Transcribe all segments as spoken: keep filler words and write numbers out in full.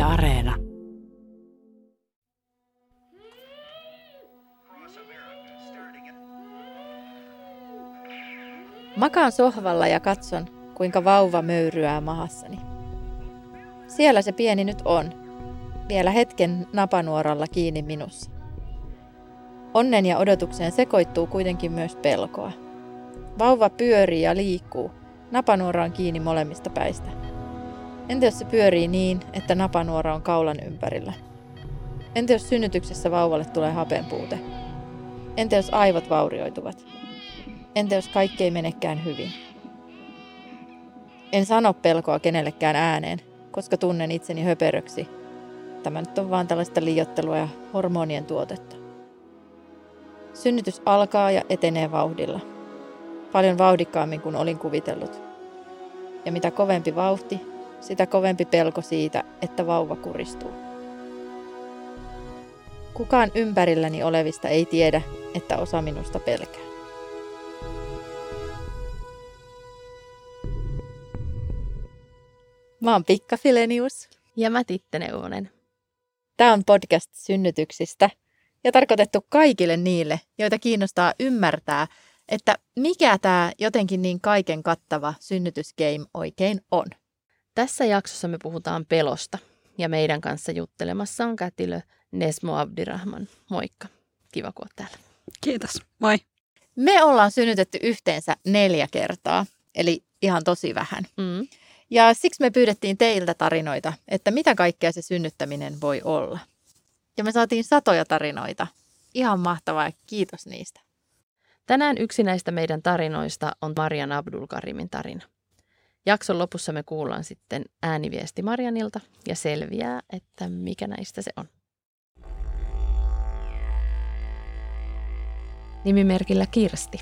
Areena. Makaan sohvalla ja katson, kuinka vauva möyryää mahassani. Siellä se pieni nyt on, vielä hetken napanuoralla kiinni minussa. Onnen ja odotukseen sekoittuu kuitenkin myös pelkoa. Vauva pyörii ja liikkuu, napanuora on kiinni molemmista päistä. Entä jos se pyörii niin, että napanuora on kaulan ympärillä? Entä jos synnytyksessä vauvalle tulee hapenpuute? Entä jos aivot vaurioituvat? Entä jos kaikki ei menekään hyvin? En sano pelkoa kenellekään ääneen, koska tunnen itseni höperöksi. Tämä nyt on vaan tällaista liioittelua ja hormonien tuotetta. Synnytys alkaa ja etenee vauhdilla. Paljon vauhdikkaammin kuin olin kuvitellut. Ja mitä kovempi vauhti, sitä kovempi pelko siitä, että vauva kuristuu. Kukaan ympärilläni olevista ei tiedä, että osa minusta pelkää. Mä oon Pikka Filenius. Ja mä Titte Neuvonen. Tää on podcast synnytyksistä ja tarkoitettu kaikille niille, joita kiinnostaa ymmärtää, että mikä tää jotenkin niin kaiken kattava synnytysgame oikein on. Tässä jaksossa me puhutaan pelosta ja meidän kanssa juttelemassa on kätilö Nesmo Abdirahman. Moikka, kiva kun oot täällä. Kiitos, moi. Me ollaan synnytetty yhteensä neljä kertaa, eli ihan tosi vähän. Mm. Ja siksi me pyydettiin teiltä tarinoita, että mitä kaikkea se synnyttäminen voi olla. Ja me saatiin satoja tarinoita. Ihan mahtavaa ja kiitos niistä. Tänään yksi näistä meidän tarinoista on Marian Abdulkarimin tarina. Jakson lopussa me kuullaan sitten ääniviesti Marianilta ja selviää, että mikä näistä se on. Nimimerkillä Kirsti.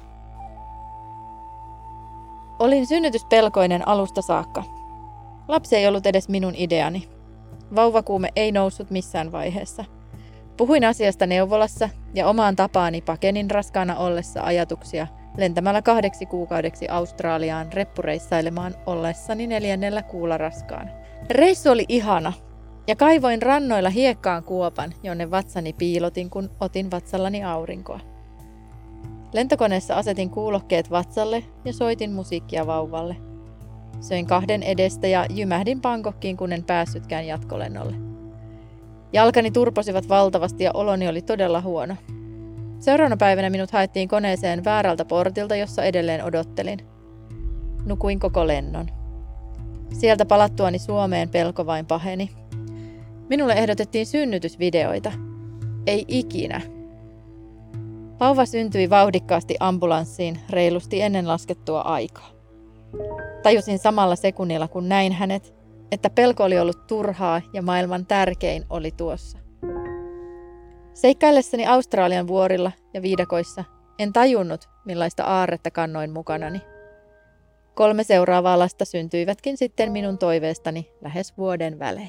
Olin synnytyspelkoinen alusta saakka. Lapsi ei ollut edes minun ideani. Vauvakuume ei noussut missään vaiheessa. Puhuin asiasta neuvolassa ja omaan tapaani pakenin raskaana ollessa ajatuksia lentämällä kahdeksi kuukaudeksi Australiaan reppureissailemaan ollessani neljännellä kuulla raskaana. Reissu oli ihana ja kaivoin rannoilla hiekkaan kuopan, jonne vatsani piilotin, kun otin vatsallani aurinkoa. Lentokoneessa asetin kuulokkeet vatsalle ja soitin musiikkia vauvalle. Söin kahden edestä ja jymähdin Bangkokkiin, kun en päässytkään jatkolennolle. Jalkani turposivat valtavasti ja oloni oli todella huono. Seuraavana päivänä minut haettiin koneeseen väärältä portilta, jossa edelleen odottelin. Nukuin koko lennon. Sieltä palattuani Suomeen pelko vain paheni. Minulle ehdotettiin synnytysvideoita. Ei ikinä. Vauva syntyi vauhdikkaasti ambulanssiin reilusti ennen laskettua aikaa. Tajusin samalla sekunnilla, kun näin hänet, että pelko oli ollut turhaa ja maailman tärkein oli tuossa. Seikkaillessani Australian vuorilla ja viidakoissa en tajunnut, millaista aarretta kannoin mukanani. Kolme seuraavaa lasta syntyivätkin sitten minun toiveestani lähes vuoden välein.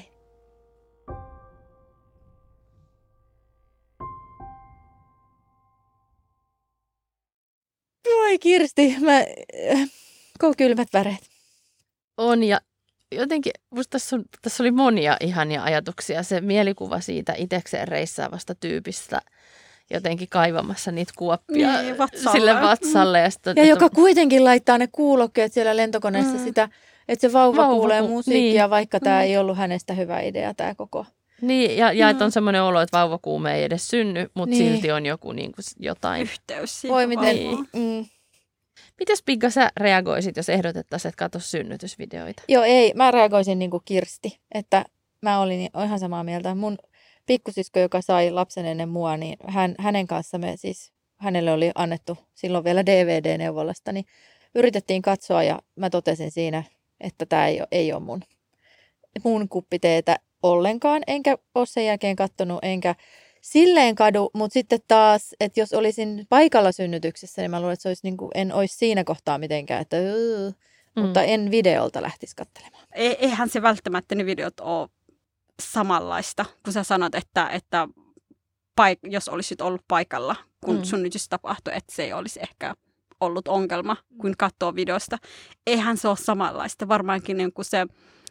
Voi Kirsti, mä... Koko kylmät väreet. On ja jotenkin musta tässä, on, tässä oli monia ihania ajatuksia. Se mielikuva siitä itekseen reissaavasta tyypistä jotenkin kaivamassa niitä kuoppia niin, vatsalle. sille vatsalle. Ja, sitten, ja joka kuitenkin laittaa ne kuulokkeet siellä lentokoneessa mm. sitä, että se vauva, vauva kuulee ku... musiikkia, niin. vaikka tämä mm. ei ollut hänestä hyvä idea tämä koko. Niin, ja, ja mm. että on semmoinen olo, että vauvakuume ei edes synny, mutta niin. silti on joku niin kuin jotain. Yhteys siitä. Voi miten. Mm. Mites Pigga sä reagoisit, jos ehdotettaisiin, että katso synnytysvideoita? Joo, ei. Mä reagoisin niin kuin Kirsti, että mä olin ihan samaa mieltä. Mun pikkusisko, joka sai lapsen ennen mua, niin hän, hänen kanssa me siis, hänelle oli annettu silloin vielä D V D-neuvolasta, niin yritettiin katsoa ja mä totesin siinä, että tämä ei ole, ei ole mun, mun kuppiteetä ollenkaan. Enkä ole sen jälkeen katsonut, enkä silleen kadu, mutta sitten taas, että jos olisin paikalla synnytyksessä, niin mä luulen, että se olisi niin kuin, en olisi siinä kohtaa mitenkään, että uh, mm. mutta en videolta lähtisi katselemaan. E- eihän se välttämättä ne videot ole samanlaista, kun sä sanot, että, että paik- jos olisit ollut paikalla, kun mm. synnytys tapahtui, että se ei olisi ehkä ollut ongelma, kun katsoo videosta. Eihän se ole samanlaista. Varmaankin niin kuin se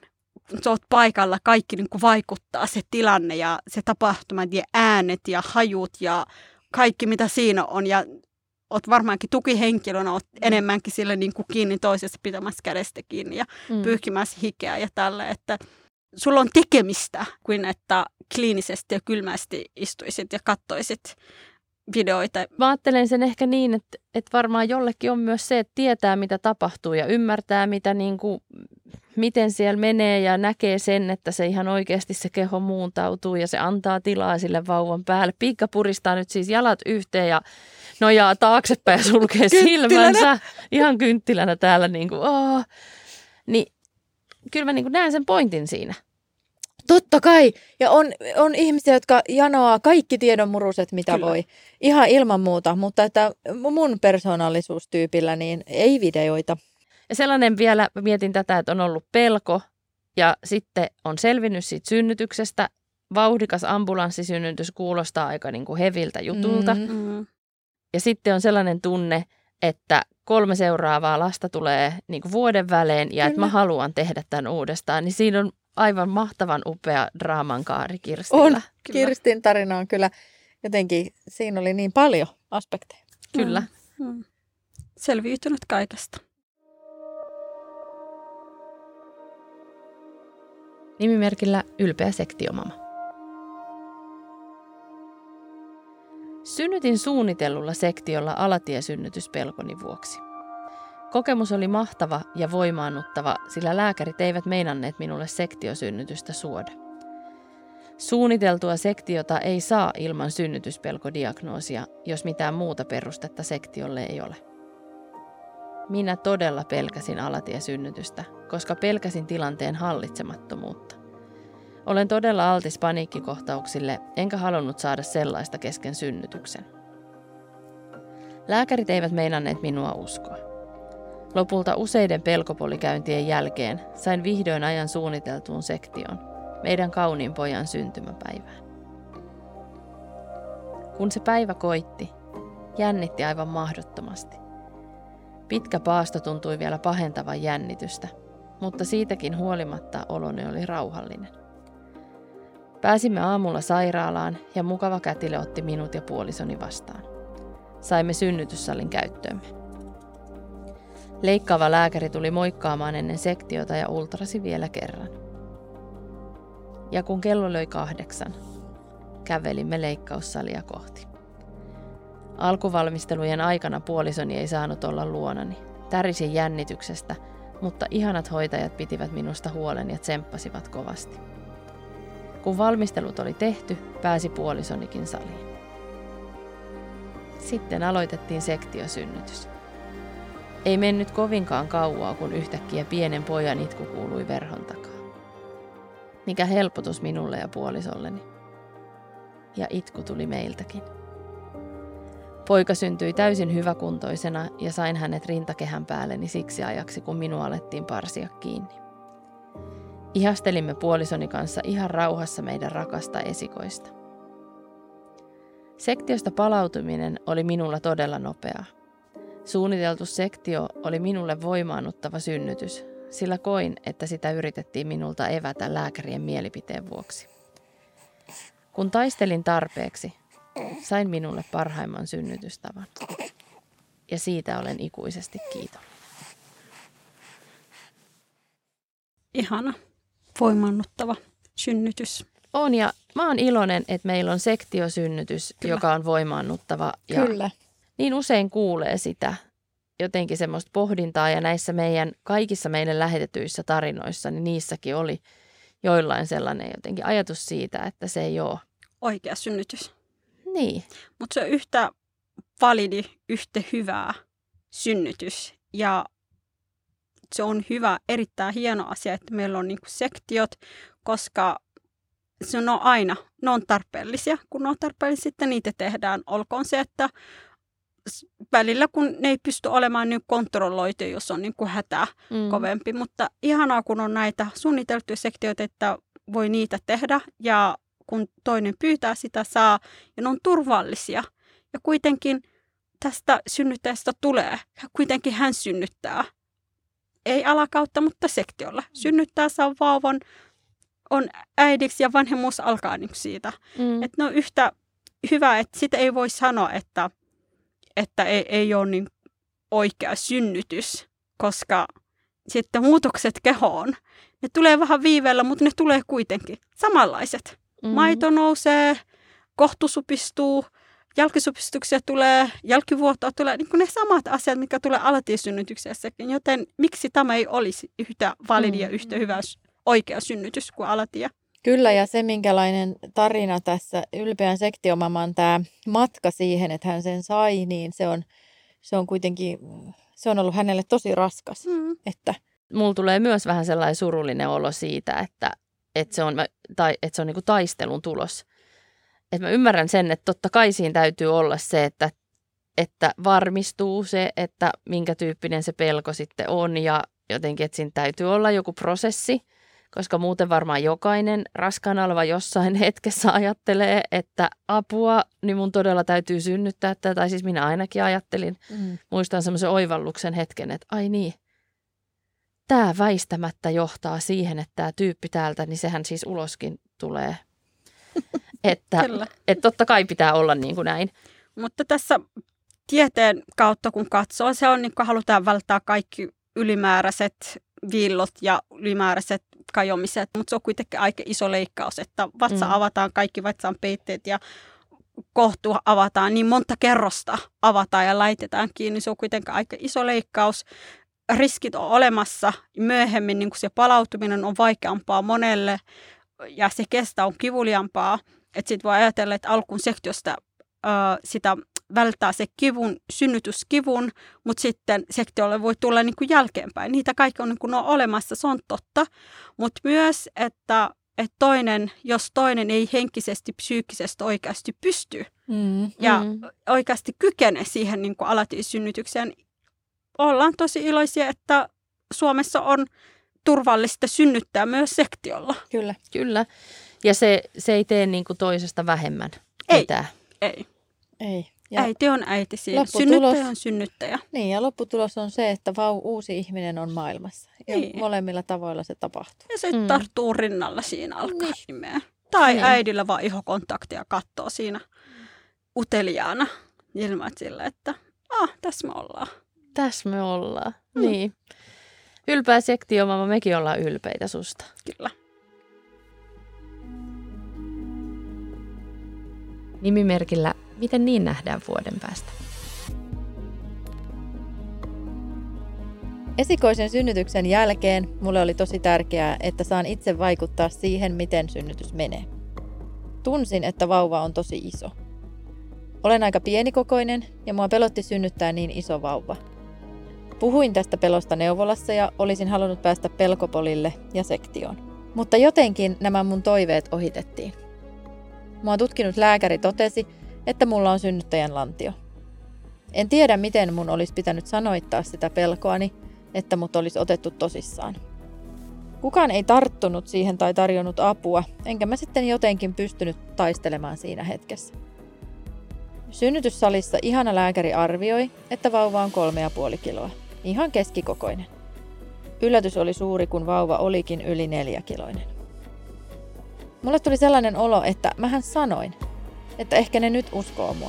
kun sä oot paikalla, kaikki niin kuin vaikuttaa se tilanne ja se tapahtuma ja äänet ja hajut ja kaikki mitä siinä on. Ja oot varmaankin tukihenkilönä, oot enemmänkin sille niin kuin kiinni toisessa pitämässä kädestä kiinni ja mm. pyyhkimässä hikeä ja tällä, että sulla on tekemistä kuin että kliinisesti ja kylmästi istuisit ja kattoisit videoita. Mä ajattelen sen ehkä niin, että, että varmaan jollekin on myös se, että tietää mitä tapahtuu ja ymmärtää mitä niin kuin, miten siellä menee ja näkee sen, että se ihan oikeasti se keho muuntautuu ja se antaa tilaa sille vauvan päälle. Piikka puristaa nyt siis jalat yhteen ja nojaa taaksepäin ja sulkee silmänsä. Ihan kynttilänä täällä niin kuin, oh. Niin kyllä mä niin kuin näen sen pointin siinä. Totta kai. Ja on, on ihmisiä, jotka janoaa kaikki tiedonmuruset, mitä Kyllä. voi. Ihan ilman muuta. Mutta että mun persoonallisuustyypillä niin ei videoita. Ja sellainen vielä, mietin tätä, että on ollut pelko ja sitten on selvinnyt siitä synnytyksestä. Vauhdikas ambulanssisynnytys kuulostaa aika niin kuin heviltä jutulta. Mm-hmm. Ja sitten on sellainen tunne, että kolme seuraavaa lasta tulee niin kuin vuoden välein ja Kyllä. että mä haluan tehdä tämän uudestaan. Niin siinä on aivan mahtavan upea draaman kaari Kirstillä. On. Kyllä. Kirstin tarina on kyllä jotenkin, siinä oli niin paljon aspekteja. Kyllä. Mm. Mm. Selviytynyt kaikesta. Nimimerkillä ylpeä sektiomama. Synnytin suunnitellulla sektiolla alatiesynnytyspelkoni vuoksi. Kokemus oli mahtava ja voimaannuttava, sillä lääkärit eivät meinanneet minulle sektiosynnytystä suoda. Suunniteltua sektiota ei saa ilman synnytyspelkodiagnoosia, jos mitään muuta perustetta sektiolle ei ole. Minä todella pelkäsin alatiesynnytystä, koska pelkäsin tilanteen hallitsemattomuutta. Olen todella altis paniikkikohtauksille, enkä halunnut saada sellaista kesken synnytyksen. Lääkärit eivät meinanneet minua uskoa. Lopulta useiden pelkopolikäyntien jälkeen sain vihdoin ajan suunniteltuun sektioon, meidän kauniin pojan syntymäpäivään. Kun se päivä koitti, jännitti aivan mahdottomasti. Pitkä paasto tuntui vielä pahentavan jännitystä, mutta siitäkin huolimatta oloni oli rauhallinen. Pääsimme aamulla sairaalaan ja mukava kätilö otti minut ja puolisoni vastaan. Saimme synnytyssalin käyttöömme. Leikkaava lääkäri tuli moikkaamaan ennen sektiota ja ultrasi vielä kerran. Ja kun kello löi kahdeksan, kävelimme leikkaussalia kohti. Alkuvalmistelujen aikana puolisoni ei saanut olla luonani. Tärisin jännityksestä, mutta ihanat hoitajat pitivät minusta huolen ja tsemppasivat kovasti. Kun valmistelut oli tehty, pääsi puolisonikin saliin. Sitten aloitettiin sektiosynnytys. Ei mennyt kovinkaan kauaa, kun yhtäkkiä pienen pojan itku kuului verhon takaa. Mikä helpotus minulle ja puolisolleni. Ja itku tuli meiltäkin. Poika syntyi täysin hyväkuntoisena ja sain hänet rintakehän päälleni siksi ajaksi, kun minua alettiin parsia kiinni. Ihastelimme puolisoni kanssa ihan rauhassa meidän rakasta esikoista. Sektiosta palautuminen oli minulla todella nopeaa. Suunniteltu sektio oli minulle voimaannuttava synnytys, sillä koin, että sitä yritettiin minulta evätä lääkärien mielipiteen vuoksi. Kun taistelin tarpeeksi, sain minulle parhaimman synnytystavan. Ja siitä olen ikuisesti kiitollinen. Ihana, voimaannuttava synnytys. On, ja mä oon iloinen, että meillä on sektiosynnytys, Kyllä. joka on voimaannuttava. Ja Kyllä. Niin usein kuulee sitä jotenkin semmoista pohdintaa, ja näissä meidän, kaikissa meidän lähetetyissä tarinoissa, niin niissäkin oli joillain sellainen jotenkin ajatus siitä, että se ei ole oikea synnytys. Niin. Mutta se on yhtä validi, yhtä hyvää synnytys. Ja se on hyvä, erittäin hieno asia, että meillä on niinku sektiot, koska se on aina, ne on tarpeellisia. Kun ne on tarpeellisia, sitten niitä tehdään. Olkoon se, että välillä kun ne ei pysty olemaan niin kontrolloitu, jos on niin kuin hätä mm. kovempi. Mutta ihanaa, kun on näitä suunniteltuja sektioita, että voi niitä tehdä. Ja kun toinen pyytää, sitä saa. Ja ne on turvallisia. Ja kuitenkin tästä synnyttäjästä tulee. Ja kuitenkin hän synnyttää ei alakautta, mutta sektiolla. Synnyttää saa vauvan, on äidiksi ja vanhemmuus alkaa niin siitä. Mm. Että ne on yhtä hyvä, että sitä ei voi sanoa, että, että ei, ei ole niin oikea synnytys, koska sitten muutokset kehoon, ne tulee vähän viiveellä, mutta ne tulee kuitenkin samanlaiset. Mm. Maito nousee, kohtu supistuu, jälkisupistuksia tulee, jälkivuotoa tulee, niin kuin ne samat asiat, mitkä tulee alatiesynnytyksessäkin. Joten miksi tämä ei olisi yhtä validia, mm. yhtä hyvä oikea synnytys kuin alatie? Kyllä, ja se minkälainen tarina tässä ylpeän sektiomaman tämä matka siihen, että hän sen sai, niin se on, se on kuitenkin, se on ollut hänelle tosi raskas. Mm. Että mulla tulee myös vähän sellainen surullinen olo siitä, että, että se on, tai, että se on niin kuin taistelun tulos. Että mä ymmärrän sen, että totta kai siinä täytyy olla se, että, että varmistuu se, että minkä tyyppinen se pelko sitten on ja jotenkin, että siinä täytyy olla joku prosessi, koska muuten varmaan jokainen raskaana oleva jossain hetkessä ajattelee, että apua, niin mun todella täytyy synnyttää tätä, tai siis minä ainakin ajattelin. Mm. Muistan semmoisen oivalluksen hetken, että ai niin, tämä väistämättä johtaa siihen, että tämä tyyppi täältä, niin sehän siis uloskin tulee. Että, että totta kai pitää olla niin kuin näin. Mutta tässä tieteen kautta kun katsoo, se on niin kuin halutaan välttää kaikki ylimääräiset viillot ja ylimääräiset kajomiset, mutta se on kuitenkin aika iso leikkaus, että vatsa mm. avataan, kaikki vatsan peitteet ja kohtu avataan, niin monta kerrosta avataan ja laitetaan kiinni, se on kuitenkin aika iso leikkaus. Riskit on olemassa, myöhemmin niin kuin se palautuminen on vaikeampaa monelle ja se kestä on kivuliampaa, että sitten voi ajatella, että alkuun sektiosta ö, sitä välttää se kivun, synnytyskivun, mutta sitten sektiolle voi tulla niin kuin jälkeenpäin. Niitä kaikki on, niin kuin on olemassa, se on totta, mutta myös, että, että toinen, jos toinen ei henkisesti, psyykkisesti oikeasti pysty mm, ja mm. oikeasti kykene siihen niin kuin alatiesynnytykseen, ollaan tosi iloisia, että Suomessa on turvallista synnyttää myös sektiolla. Kyllä. Kyllä. Ja se, se ei tee niin kuin toisesta vähemmän ei, mitään. Ei. Ei. Ja äiti on äiti siinä. Synnyttäjä on synnyttäjä. Niin, ja lopputulos on se, että vau, uusi ihminen on maailmassa. Ja niin. molemmilla tavoilla se tapahtuu. Ja se mm. tarttuu rinnalla siinä alkaa niin. nimeä. Tai niin. äidillä vaan ihokontaktia katsoo siinä uteliaana. Ilman sillä, että ah, tässä me ollaan. Tässä me ollaan, mm. niin. Ylpeä sektiomama, mekin ollaan ylpeitä susta. Kyllä. Nimimerkillä Miten niin nähdään vuoden päästä? Esikoisen synnytyksen jälkeen mulle oli tosi tärkeää, että saan itse vaikuttaa siihen, miten synnytys menee. Tunsin, että vauva on tosi iso. Olen aika pienikokoinen ja mua pelotti synnyttää niin iso vauva. Puhuin tästä pelosta neuvolassa ja olisin halunnut päästä pelkopolille ja sektioon. Mutta jotenkin nämä mun toiveet ohitettiin. Mua tutkinut lääkäri totesi, että mulla on synnyttäjän lantio. En tiedä, miten mun olisi pitänyt sanoittaa sitä pelkoani, että mut olisi otettu tosissaan. Kukaan ei tarttunut siihen tai tarjonnut apua, enkä mä sitten jotenkin pystynyt taistelemaan siinä hetkessä. Synnytyssalissa ihana lääkäri arvioi, että vauva on kolme ja puoli kiloa. Ihan keskikokoinen. Yllätys oli suuri, kun vauva olikin yli neljäkiloinen. Mulle tuli sellainen olo, että mähän sanoin, että ehkä ne nyt uskoo mua.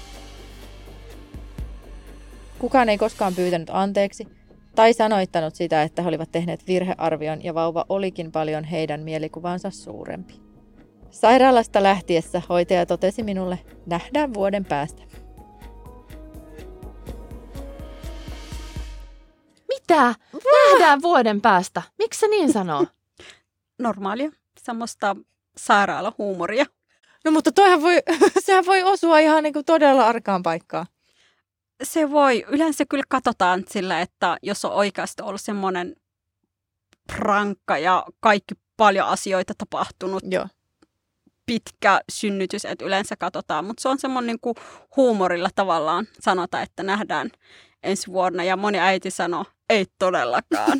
Kukaan ei koskaan pyytänyt anteeksi tai sanoittanut sitä, että he olivat tehneet virhearvion ja vauva olikin paljon heidän mielikuvansa suurempi. Sairaalasta lähtiessä hoitaja totesi minulle, nähdään vuoden päästä. Mitä? Nähdään vuoden päästä? Miksi se niin sanoo? Normaalia, semmoista sairaalahuumoria. No mutta toihan voi, sehän voi osua ihan niin kuin todella arkaan paikkaan. Se voi. Yleensä kyllä katsotaan sillä, että jos on oikeasti ollut semmoinen prankka ja kaikki paljon asioita tapahtunut, Joo. pitkä synnytys, että yleensä katsotaan. Mutta se on semmoinen niin kuin huumorilla tavallaan sanota, että nähdään ensi vuonna. Ja moni äiti sanoo, ei todellakaan.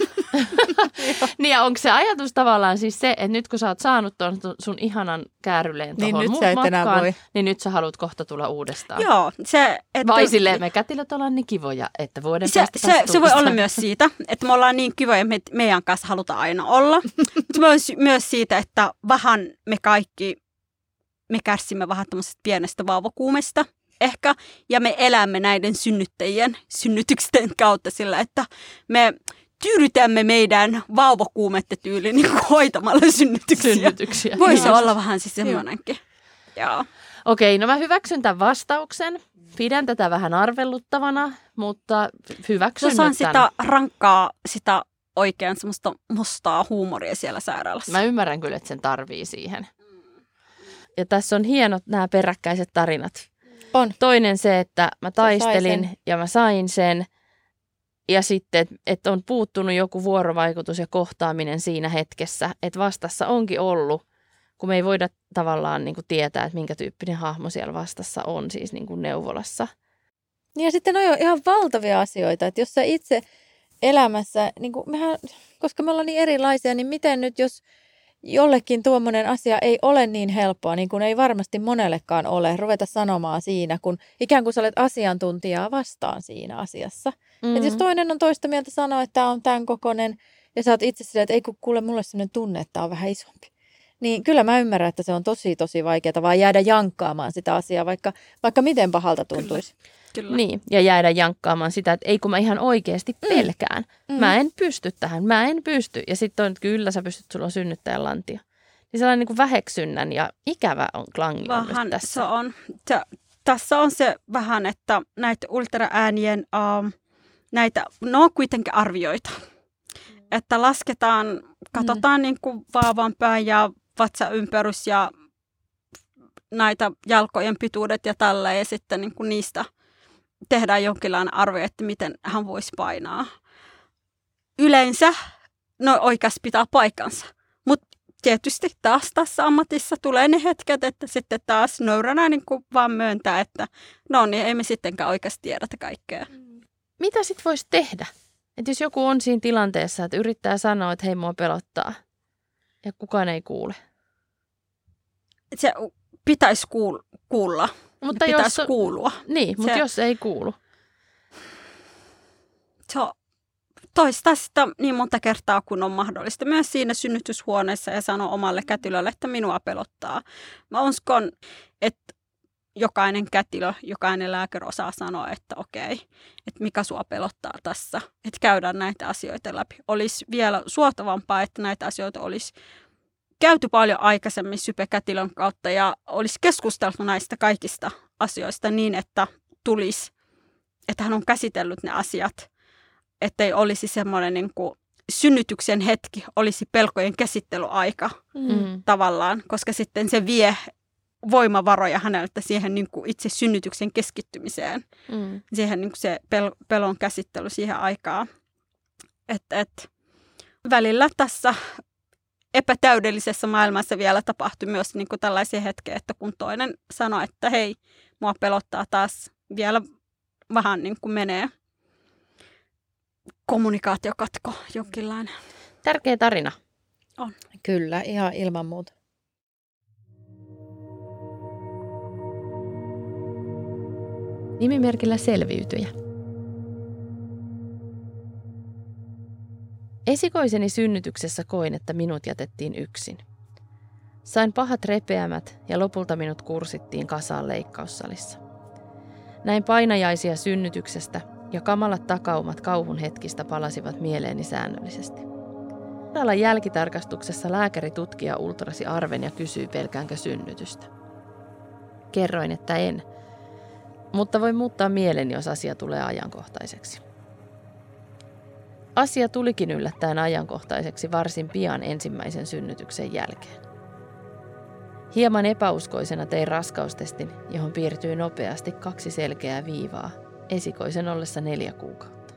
Niin ja onko se ajatus tavallaan siis se, että nyt kun sä oot saanut ton sun ihanan kääryleen Niin tohon nyt mun sä et enää matkaan, voi. niin nyt sä haluat kohta tulla uudestaan. Joo, se... Että, Vai silleen me kätilöt ollaan niin kivoja, että vuoden se, päästä se, taas se voi tulla. olla myös siitä, että me ollaan niin kivoja, että me, meidän kanssa halutaan aina olla. Mutta myös, myös siitä, että vähän me kaikki, me kärsimme vähän tämmöisestä pienestä vauvakuumesta ehkä. Ja me elämme näiden synnyttäjien synnytysten kautta sillä, että me tyydytämme meidän vauvakuumetta tyyli niin kuin hoitamalla synnytyksiä. synnytyksiä. Voisi Joo. olla vähän siis semmoinenkin. Joo. Okei, no mä hyväksyn tämän vastauksen. Pidän tätä vähän arveluttavana, mutta hyväksyn Tuossa on nyt tämän. sitä rankkaa, sitä oikein semmoista mustaa huumoria siellä sairaalassa. Mä ymmärrän kyllä, että sen tarvii siihen. Ja tässä on hienot nämä peräkkäiset tarinat. On. Toinen se, että mä taistelin sen. ja mä sain sen. Ja sitten, että et on puuttunut joku vuorovaikutus ja kohtaaminen siinä hetkessä. Että vastassa onkin ollut, kun me ei voida tavallaan niin kuin tietää, että minkä tyyppinen hahmo siellä vastassa on siis niin kuin neuvolassa. Ja sitten on jo ihan valtavia asioita, että jos sä itse elämässä, niin kuin mehän, koska me ollaan niin erilaisia, niin miten nyt jos jollekin tuommoinen asia ei ole niin helppoa, niin kuin ei varmasti monellekaan ole, ruveta sanomaan siinä, kun ikään kuin sä olet asiantuntijaa vastaan siinä asiassa. Mm-hmm. Että jos toinen on toista mieltä sanoa, että tämä on tämän kokoinen, ja sä oot itse silleen, että ei kun kuule mulle sellainen tunne, että tämä on vähän isompi. Niin kyllä mä ymmärrän, että se on tosi tosi vaikeaa vaan jäädä jankkaamaan sitä asiaa, vaikka, vaikka miten pahalta tuntuisi. Kyllä. Niin, ja jäädä jankkaamaan sitä, että ei kun mä ihan oikeasti pelkään. Mm. Mä en pysty tähän, mä en pysty. Ja sitten on, että kyllä sä pystyt, sulla on synnyttäjän lantio. Niin sellainen niin kuin väheksynnän ja ikävä on klangi on Vähän nyt tässä. se on. Se, tässä on se vähän, että näitä ultraäänien, uh, näitä, ne on kuitenkin arvioita. Mm. Että lasketaan, katsotaan mm. niin kuin vaavan päin ja vatsaympärys ja näitä jalkojen pituudet ja tällä ja sitten niin kuin niistä tehdään jonkinlainen arvio, että miten hän voisi painaa. Yleensä no oikeasti pitää paikkansa, mutta tietysti taas tässä ammatissa tulee ne hetket, että sitten taas nöyränä niin kuin vaan myöntää, että no niin, ei me sittenkään oikeasti tiedetä kaikkea. Mitä sitten voisi tehdä? Että jos joku on siinä tilanteessa, että yrittää sanoa, että hei mua pelottaa ja kukaan ei kuule. Se pitäisi kuul- kuulla. Mutta pitäisi jos, kuulua. Niin, mutta se, jos ei kuulu. Se on toistaa sitä niin monta kertaa, kun on mahdollista. Myös siinä synnytyshuoneessa ja sanoo omalle kätilölle, että minua pelottaa. Mä uskon, että jokainen kätilö, jokainen lääkäri osaa sanoa, että okei, että mikä sua pelottaa tässä. Että käydään näitä asioita läpi. Olisi vielä suotavampaa, että näitä asioita olisi käyty paljon aikaisemmin sypekätilön kautta ja olisi keskusteltu näistä kaikista asioista niin, että tulisi, että hän on käsitellyt ne asiat, ettei olisi semmoinen niin kuin synnytyksen hetki, olisi pelkojen käsittelyaika mm. tavallaan, koska sitten se vie voimavaroja häneltä siihen niin kuin itse synnytyksen keskittymiseen, mm. siihen niin kuin se pel- pelon käsittely siihen aikaan. Että et, välillä tässä epätäydellisessä maailmassa vielä tapahtui myös niin kuin tällaisia hetkiä, että kun toinen sanoi, että hei, mua pelottaa taas, vielä vähän niin kuin menee kommunikaatiokatko jonkinlainen. Tärkeä tarina. On. Kyllä, ihan ilman muuta. Nimimerkillä selviytyjä. Esikoiseni synnytyksessä koin, että minut jätettiin yksin. Sain pahat repeämät ja lopulta minut kursittiin kasaan leikkaussalissa. Näin painajaisia synnytyksestä ja kamalat takaumat kauhun hetkistä palasivat mieleeni säännöllisesti. Sairaalan jälkitarkastuksessa lääkäri tutkija ultrasi arven ja kysyi pelkäänkö synnytystä. Kerroin, että en, mutta voi muuttaa mieleni, jos asia tulee ajankohtaiseksi. Asia tulikin yllättäen ajankohtaiseksi varsin pian ensimmäisen synnytyksen jälkeen. Hieman epäuskoisena tein raskaustestin, johon piirtyi nopeasti kaksi selkeää viivaa, esikoisen ollessa neljä kuukautta.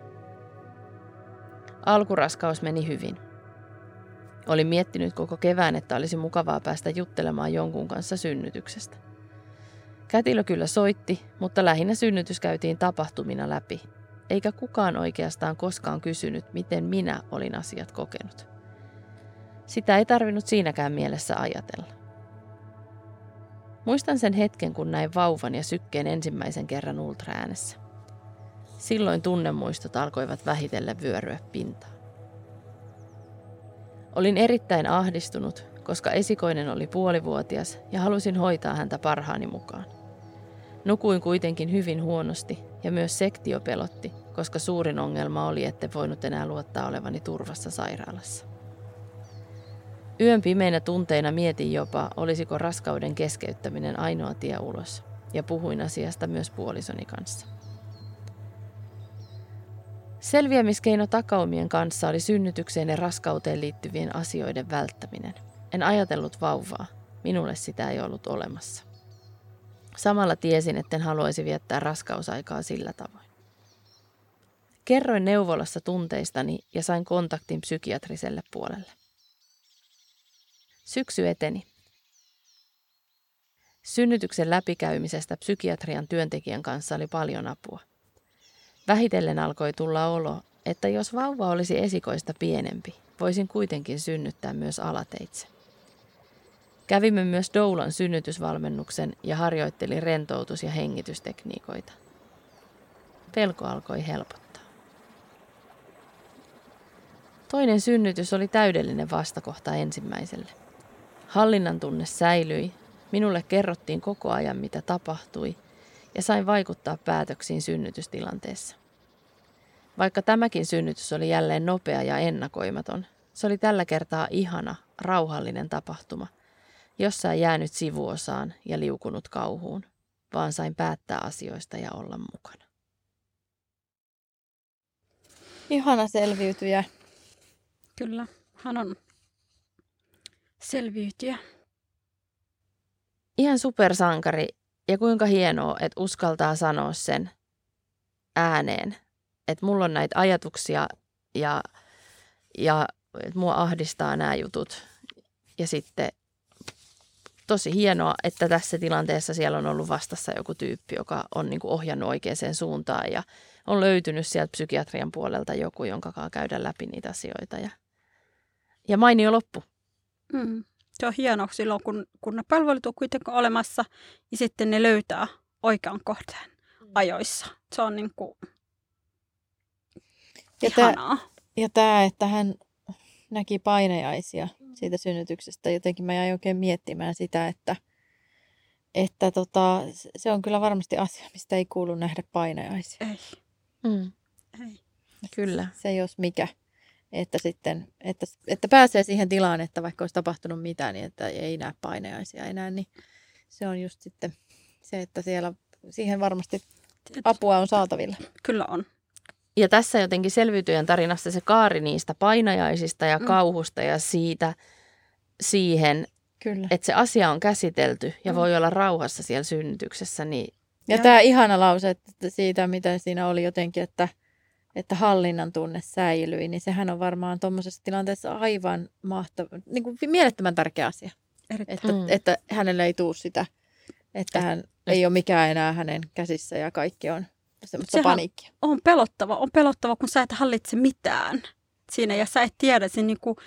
Alkuraskaus meni hyvin. Olin miettinyt koko kevään, että olisi mukavaa päästä juttelemaan jonkun kanssa synnytyksestä. Kätilö kyllä soitti, mutta lähinnä synnytys käytiin tapahtumina läpi. eikä kukaan oikeastaan koskaan kysynyt, miten minä olin asiat kokenut. Sitä ei tarvinnut siinäkään mielessä ajatella. Muistan sen hetken, kun näin vauvan ja sykkeen ensimmäisen kerran ultraäänessä. Silloin tunnemuistot alkoivat vähitellen vyöryä pintaan. Olin erittäin ahdistunut, koska esikoinen oli puolivuotias ja halusin hoitaa häntä parhaani mukaan. Nukuin kuitenkin hyvin huonosti ja myös sektio pelotti, koska suurin ongelma oli, etten voinut enää luottaa olevani turvassa sairaalassa. Yön pimeinä tunteina mietin jopa, olisiko raskauden keskeyttäminen ainoa tie ulos, ja puhuin asiasta myös puolisoni kanssa. Selviämiskeino takaumien kanssa oli synnytykseen ja raskauteen liittyvien asioiden välttäminen. En ajatellut vauvaa, minulle sitä ei ollut olemassa. Samalla tiesin, etten haluaisi viettää raskausaikaa sillä tavoin. Kerroin neuvolassa tunteistani ja sain kontaktin psykiatriselle puolelle. Syksy eteni. Synnytyksen läpikäymisestä psykiatrian työntekijän kanssa oli paljon apua. Vähitellen alkoi tulla olo, että jos vauva olisi esikoista pienempi, voisin kuitenkin synnyttää myös alateitse. Kävimme myös doulan synnytysvalmennuksen ja harjoittelin rentoutus- ja hengitystekniikoita. Pelko alkoi helpottaa. Toinen synnytys oli täydellinen vastakohta ensimmäiselle. Hallinnan tunne säilyi, minulle kerrottiin koko ajan mitä tapahtui ja sain vaikuttaa päätöksiin synnytystilanteessa. Vaikka tämäkin synnytys oli jälleen nopea ja ennakoimaton, se oli tällä kertaa ihana, rauhallinen tapahtuma, jossa ei jäänyt sivuosaan ja liukunut kauhuun, vaan sain päättää asioista ja olla mukana. Ihana selviytyjä. Kyllä, hän on selviytyjä. Ihan supersankari ja kuinka hienoa, että uskaltaa sanoa sen ääneen, että mulla on näitä ajatuksia ja, ja että mua ahdistaa nämä jutut. Ja sitten tosi hienoa, että tässä tilanteessa siellä on ollut vastassa joku tyyppi, joka on niin kuin ohjannut oikeaan suuntaan ja on löytynyt sieltä psykiatrian puolelta joku, jonka kanssa käydä läpi niitä asioita. Ja, ja mainio loppu. Mm. Se on hienoa silloin, kun, kun ne palvelut on kuitenkin olemassa ja sitten ne löytää oikean kohteen ajoissa. Se on niin kuin ja ihanaa. Tämä, ja tämä, että hän näki painajaisia siitä synnytyksestä. Jotenkin mä jäin oikein miettimään sitä, että, että tota, se on kyllä varmasti asia, mistä ei kuulu nähdä painajaisia. Ei. Mm. Ei. Kyllä. Se jos mikä. Että, sitten, että, että pääsee siihen tilaan, että vaikka olisi tapahtunut mitään, niin että ei näe painajaisia enää, niin se on just sitten se, että siellä siihen varmasti apua on saatavilla. Kyllä on. Ja tässä jotenkin selviytyjän tarinassa se kaari niistä painajaisista ja kauhusta ja siitä siihen, Kyllä. että se asia on käsitelty ja mm. voi olla rauhassa siellä synnytyksessä. Niin... Ja, ja tämä ihana lause että siitä, mitä siinä oli jotenkin, että että hallinnan tunne säilyi, niin sehän on varmaan tuommoisessa tilanteessa aivan mahtava, niin kuin mielettömän tärkeä asia. Että, mm. että hänelle ei tule sitä, että hän ei ole mikään enää hänen käsissä ja kaikki on semmoista Sehän paniikkia. On pelottava, on pelottava, kun sä et hallitse mitään siinä ja sä et tiedä, sen, niin kuin,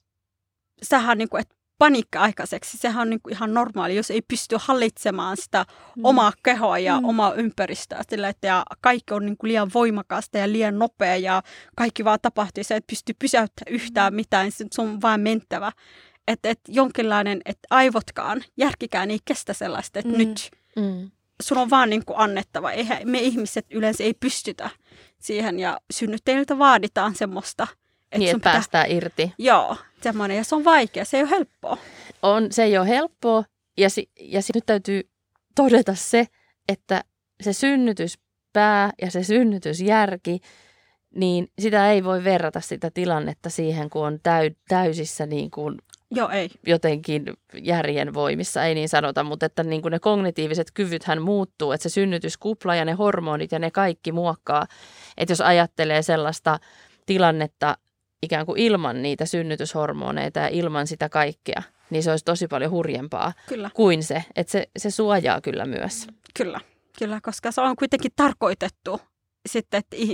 sähän niin kuin, et paniikka aikaiseksi. Sehän on niin kuin ihan normaali, jos ei pysty hallitsemaan sitä mm. omaa kehoa ja mm. omaa ympäristöä. Sillä, että ja kaikki on niin kuin liian voimakasta ja liian nopea ja kaikki vaan tapahtuu. Sä et pysty pysäyttämään yhtään mitään, se on vaan mentävä. Että et jonkinlainen, että aivotkaan, järkikään ei kestä sellaista, että mm. nyt mm. sun on vaan niin kuin annettava. Eihän, me ihmiset yleensä ei pystytä siihen ja synnyttäjiltä vaaditaan semmoista. Et niin, että päästään pitää... irti. Joo, semmoinen. Ja se on vaikea, se ei ole helppoa. On, se ei ole helppoa. Ja, si- ja si- nyt täytyy todeta se, että se synnytyspää ja se synnytysjärki, niin sitä ei voi verrata sitä tilannetta siihen, kun on täy- täysissä niin kuin Joo, ei. jotenkin järjen voimissa, ei niin sanota, mutta että niin kuin ne kognitiiviset kyvythän muuttuu, että se synnytyskupla ja ne hormonit ja ne kaikki muokkaa. Että jos ajattelee sellaista tilannetta, ikään kuin ilman niitä synnytyshormoneita ja ilman sitä kaikkea, niin se olisi tosi paljon hurjempaa kyllä. kuin se. Että se, se suojaa kyllä myös. Kyllä, kyllä, koska se on kuitenkin tarkoitettu sitten, että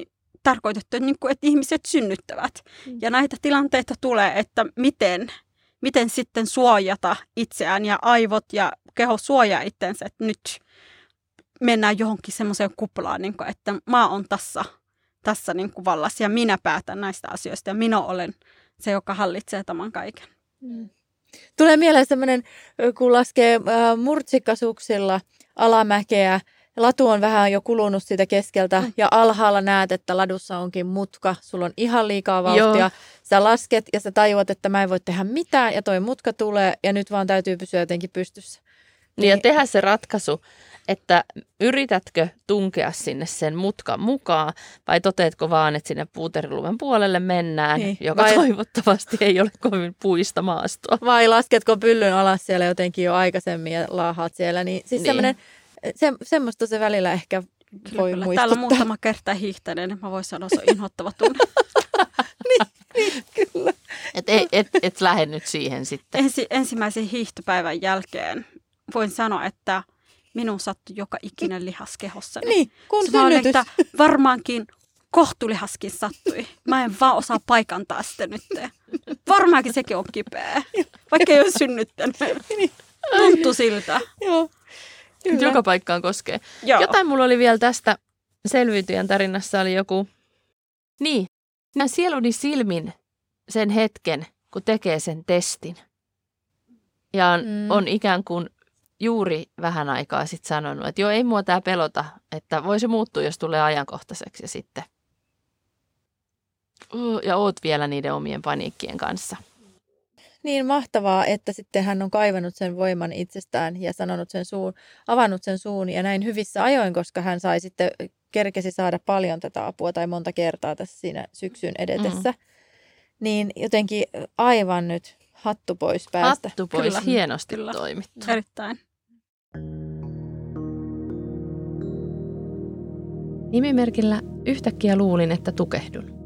tarkoitettu, että, niin kuin, että ihmiset synnyttävät. Mm. Ja näitä tilanteita tulee, että miten, miten sitten suojata itseään ja aivot ja keho suojaa itsensä, että nyt mennään johonkin semmoiseen kuplaan, niin kuin, että mä oon tässä, tässä niin kuin vallassa ja minä päätän näistä asioista ja minä olen se, joka hallitsee tämän kaiken. Mm. Tulee mieleen semmoinen, kun laskee äh, murtsikkasuksilla alamäkeä, latu on vähän jo kulunut siitä keskeltä mm. ja alhaalla näet, että ladussa onkin mutka, sulla on ihan liikaa vauhtia, Joo. sä lasket ja sä tajuat, että mä en voi tehdä mitään ja toi mutka tulee ja nyt vaan täytyy pysyä jotenkin pystyssä. Niin ja tehdä se ratkaisu, että yritätkö tunkea sinne sen mutkan mukaan vai toteetko vaan, että sinne puuterilumen puolelle mennään, niin. joka vai... toivottavasti ei ole kovin puista maastoa. Vai lasketko pyllyn alas siellä jotenkin jo aikaisemmin ja laahaat siellä, niin siis niin. semmoinen, se, semmoista se välillä ehkä voi Kyllä, muistuttaa. Täällä on muutama kerta hiihtäinen, niin mä voin sanoa, se on inhottava tunne. niin, niin, kyllä. Et, et, et, et lähde nyt siihen sitten. Ensi, ensimmäisen hiihtopäivän jälkeen voin sanoa, että minun sattui joka ikinen lihas kehossani. Niin, kun se synnytys. Että varmaankin kohtulihaskin sattui. Mä en vaan osaa paikantaa sitä nyt. Varmaankin sekin on kipeä, vaikka ei ole synnyttänyt. Tuntui siltä. Joo. Kyllä. Joka paikkaan koskee. Joo. Jotain mulla oli vielä tästä selviytyjän tarinassa oli joku, niin, mä sieluni silmin sen hetken, kun tekee sen testin. Ja on, mm. on ikään kuin juuri vähän aikaa sitten sanonut, että joo, ei mua tää pelota, että voi se muuttua, jos tulee ajankohtaiseksi ja sitten. Ja oot vielä niiden omien paniikkien kanssa. Niin mahtavaa, että sitten hän on kaivannut sen voiman itsestään ja sanonut sen suun, avannut sen suun ja näin hyvissä ajoin, koska hän sai sitten, kerkesi saada paljon tätä apua tai monta kertaa tässä siinä syksyn edetessä. Mm. Niin jotenkin aivan nyt hattu pois päästä. Hattu pois, kyllä. Hienosti kyllä. Toimittu. Erittäin. Nimimerkillä yhtäkkiä luulin, että tukehdun.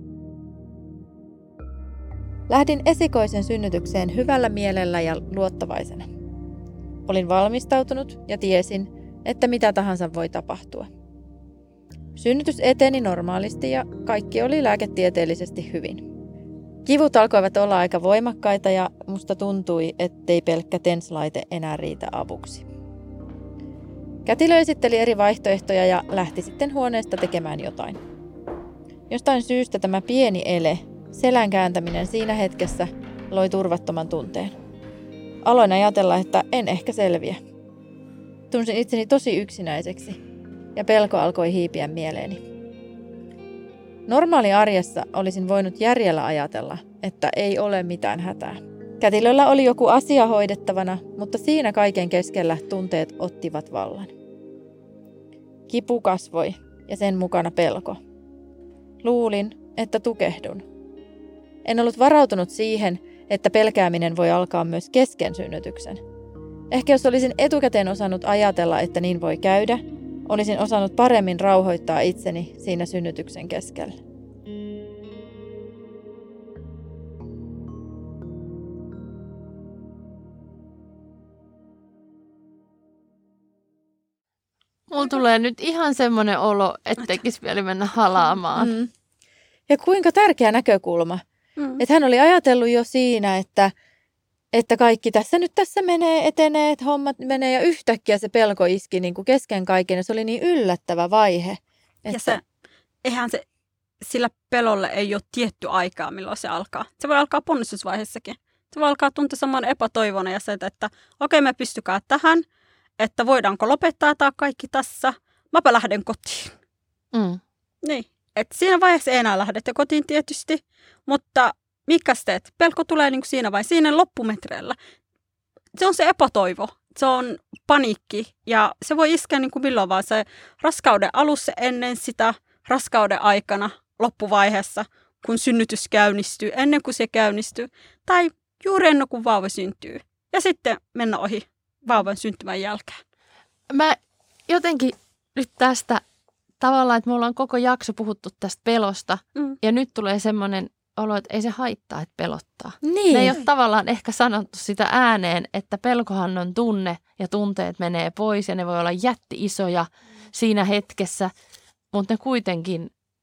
Lähdin esikoisen synnytykseen hyvällä mielellä ja luottavaisena. Olin valmistautunut ja tiesin, että mitä tahansa voi tapahtua. Synnytys eteni normaalisti ja kaikki oli lääketieteellisesti hyvin. Kivut alkoivat olla aika voimakkaita ja musta tuntui, ettei pelkkä TENS-laite enää riitä avuksi. Kätilö esitteli eri vaihtoehtoja ja lähti sitten huoneesta tekemään jotain. Jostain syystä tämä pieni ele, selän kääntäminen siinä hetkessä, loi turvattoman tunteen. Aloin ajatella, että en ehkä selviä. Tunsin itseni tosi yksinäiseksi ja pelko alkoi hiipiä mieleeni. Normaali arjessa olisin voinut järjellä ajatella, että ei ole mitään hätää. Kätilöllä oli joku asia hoidettavana, mutta siinä kaiken keskellä tunteet ottivat vallan. Kipu kasvoi ja sen mukana pelko. Luulin, että tukehdun. En ollut varautunut siihen, että pelkääminen voi alkaa myös kesken synnytyksen. Ehkä jos olisin etukäteen osannut ajatella, että niin voi käydä, olisin osannut paremmin rauhoittaa itseni siinä synnytyksen keskellä. Mulla tulee nyt ihan semmoinen olo, että tekisi vielä mennä halaamaan. Mm. Ja kuinka tärkeä näkökulma. Mm. Että hän oli ajatellut jo siinä, että, että kaikki tässä nyt tässä menee, etenee, että hommat menee. Ja yhtäkkiä se pelko iski niin kuin kesken kaiken. Ja se oli niin yllättävä vaihe. Että... Ja se, eihän se, sillä pelolle ei ole tietty aikaa, milloin se alkaa. Se voi alkaa ponnistusvaiheessakin. Se voi alkaa tuntea saman epätoivona ja se, että okei, okay, me pystykää tähän. Että voidaanko lopettaa tämä kaikki tässä. Mäpä lähden kotiin. Mm. Niin. Että siinä vaiheessa ei enää lähdette kotiin tietysti, mutta mikäs teet? Pelko tulee niin kuin siinä vai siinä loppumetreillä. Se on se epätoivo, se on paniikki ja se voi iskeä niin kuin milloin vaan se raskauden alussa ennen sitä, raskauden aikana, loppuvaiheessa, kun synnytys käynnistyy, ennen kuin se käynnistyy tai juuri ennen kuin vauva syntyy ja sitten mennä ohi vauvan syntymän jälkeen. Mä jotenkin nyt tästä tavallaan, että me ollaan koko jakso puhuttu tästä pelosta mm. ja nyt tulee semmoinen olo, että ei se haittaa, että pelottaa. Niin. Me ei ole tavallaan ehkä sanottu sitä ääneen, että pelkohan on tunne ja tunteet menee pois ja ne voi olla jätti isoja siinä hetkessä, mutta ne kuitenkin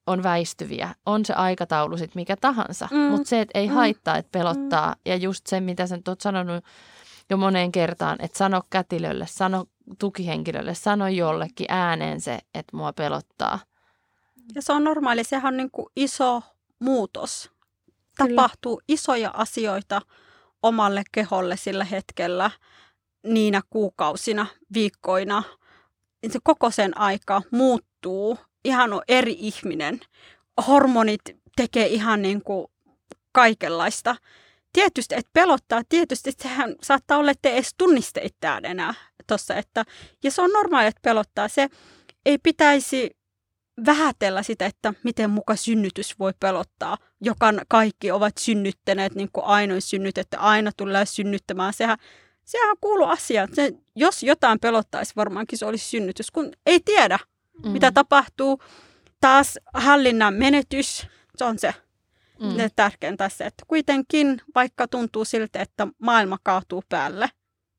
on väistyviä, on se aikataulu sitten mikä tahansa. Mm. Mutta se, että ei Mm. haittaa, että pelottaa. Mm. Ja just se, mitä sä nyt oot sanonut jo moneen kertaan, että sano kätilölle, sano tukihenkilölle, sano jollekin ääneen se, että mua pelottaa. Ja se on normaali, sehän on niin kuin iso muutos. Kyllä. Tapahtuu isoja asioita omalle keholle sillä hetkellä, niinä kuukausina, viikkoina. Se koko sen aika muuttuu, ihan on eri ihminen. Hormonit tekee ihan niin kuin kaikenlaista. Tietysti, että pelottaa, tietysti että sehän saattaa olla, että ei edes tunniste itseään enää tuossa. Että, ja se on normaali, että pelottaa. Se ei pitäisi vähätellä sitä, että miten muka synnytys voi pelottaa, joka kaikki ovat synnyttäneet, niin kuin ainoin synnytetty, aina tulee synnyttämään. Sehän, sehän kuuluu asiaan. Se, jos jotain pelottaisi, varmaankin se olisi synnytys, kun ei tiedä, mm. mitä tapahtuu. Taas hallinnan menetys, se on se. Mm. Tärkein tässä, että kuitenkin vaikka tuntuu siltä, että maailma kaatuu päälle,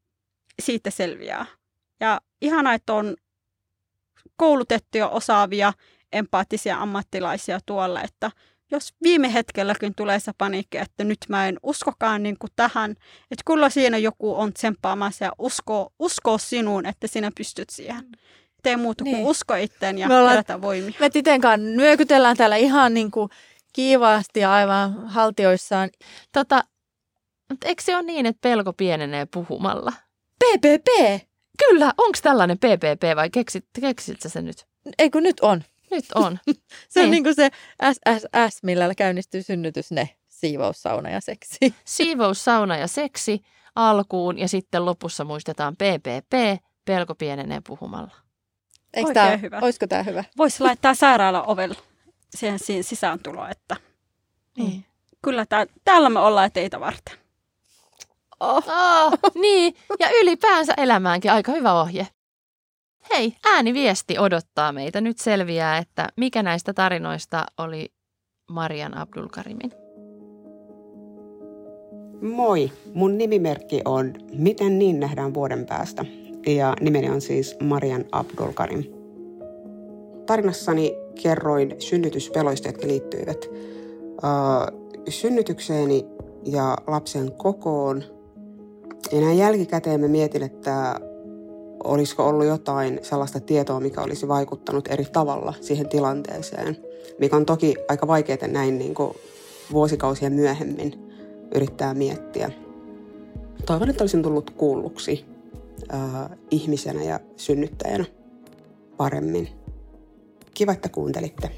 siitä selviää. Ja ihanaa, että on koulutettuja, osaavia, empaattisia ammattilaisia tuolla, että jos viime hetkelläkin tulee se paniikki, että nyt mä en uskokaan niin kuin tähän, että kyllä siinä joku on tsemppaamassa ja uskoo, uskoo sinuun, että sinä pystyt siihen. Tee muuta kuin niin. Usko itteen ja kerätä voimia. Me titenkaan nyökytellään täällä ihan niin kuin kiivaasti ja aivan haltioissaan. Tota, mutta eikö se ole niin, että pelko pienenee puhumalla? P P P! Kyllä, onko tällainen P P P vai keksit, keksit sä se nyt? Ei kun nyt on. Nyt on. Se on niin kuin se S S S, millä käynnistyy synnytys, ne siivous, sauna ja seksi. Siivous, sauna ja seksi alkuun ja sitten lopussa muistetaan P P P, pelko pienenee puhumalla. Eikö tää, hyvä. Olisiko tämä hyvä? Voisi laittaa sairaalan ovelle siihen, siihen sisääntuloon, että niin. Kyllä tää, täällä me ollaan teitä varten. Oh. Oh, niin, ja ylipäänsä elämäänkin aika hyvä ohje. Hei, ääniviesti odottaa meitä. Nyt selviää, että mikä näistä tarinoista oli Marian Abdulkarimin. Moi, mun nimimerkki on Miten niin nähdään vuoden päästä. Ja nimeni on siis Marian Abdulkarim. Tarinassani kerroin synnytyspeloista, jotka liittyivät uh, synnytykseeni ja lapsen kokoon. Ja näin jälkikäteen mä mietin, että olisiko ollut jotain sellaista tietoa, mikä olisi vaikuttanut eri tavalla siihen tilanteeseen, mikä on toki aika vaikeaa näin niin kuin vuosikausia myöhemmin yrittää miettiä. Toivon, että olisin tullut kuulluksi äh, ihmisenä ja synnyttäjänä paremmin. Kiva, että kuuntelitte.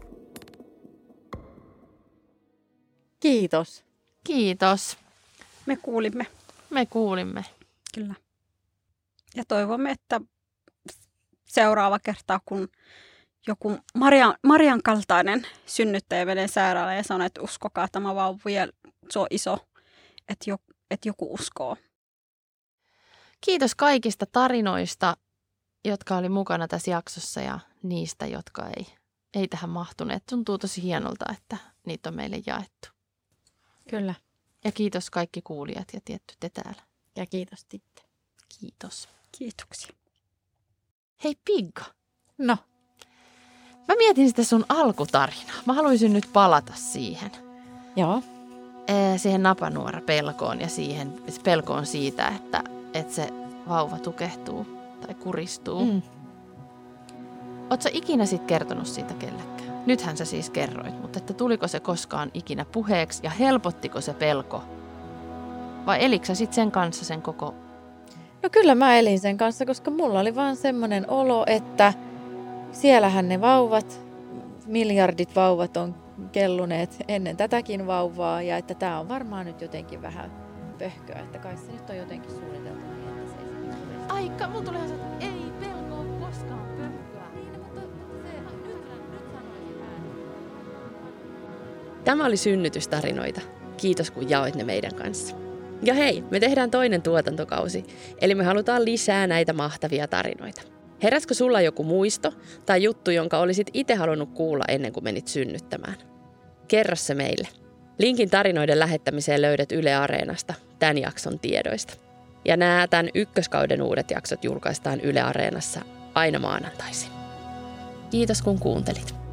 Kiitos. Kiitos. Me kuulimme. Me kuulimme. Kyllä. Ja toivomme, että seuraava kerta, kun joku Marian, Marian kaltainen synnyttäjä menee sairaalaan ja sanoo, että uskokaa tämä vauva vielä, se on iso, että, jo, että joku uskoo. Kiitos kaikista tarinoista, jotka oli mukana tässä jaksossa ja niistä, jotka ei, ei tähän mahtuneet. Tuntuu tosi hienolta, että niitä on meille jaettu. Kyllä. Ja kiitos kaikki kuulijat ja tietty te täällä. Ja kiitos Titte. Kiitos. Kiitoksia. Hei Pigga. No? Mä mietin sitä sun alkutarinaa. Mä haluaisin nyt palata siihen. Joo. Ee, siihen napanuora pelkoon ja siihen pelkoon siitä, että, että se vauva tukehtuu tai kuristuu. Mm. Ootko sä ikinä sit kertonut siitä kellekään? Nythän sä siis kerroit, mutta että tuliko se koskaan ikinä puheeksi ja helpottiko se pelko? Vai elikö sä sit sen kanssa sen koko... No kyllä mä elin sen kanssa, koska mulla oli vaan semmoinen olo, että siellähän ne vauvat, miljardit vauvat on kelluneet ennen tätäkin vauvaa ja että tää on varmaan nyt jotenkin vähän pöhköä, että kai se nyt on jotenkin suunniteltu niin, että se ei se... Aika, mun tuli ihan se, että ei pelko ole koskaan pöhköä. Niin, mutta se, nyt, nyt sanoisin ääni. Tämä oli synnytystarinoita. Kiitos kun jaoit ne meidän kanssa. Ja hei, me tehdään toinen tuotantokausi, eli me halutaan lisää näitä mahtavia tarinoita. Heräskö sulla joku muisto tai juttu, jonka olisit itse halunnut kuulla ennen kuin menit synnyttämään? Kerro se meille. Linkin tarinoiden lähettämiseen löydät Yle Areenasta tämän jakson tiedoista. Ja nämä tämän ykköskauden uudet jaksot julkaistaan Yle Areenassa aina maanantaisin. Kiitos kun kuuntelit.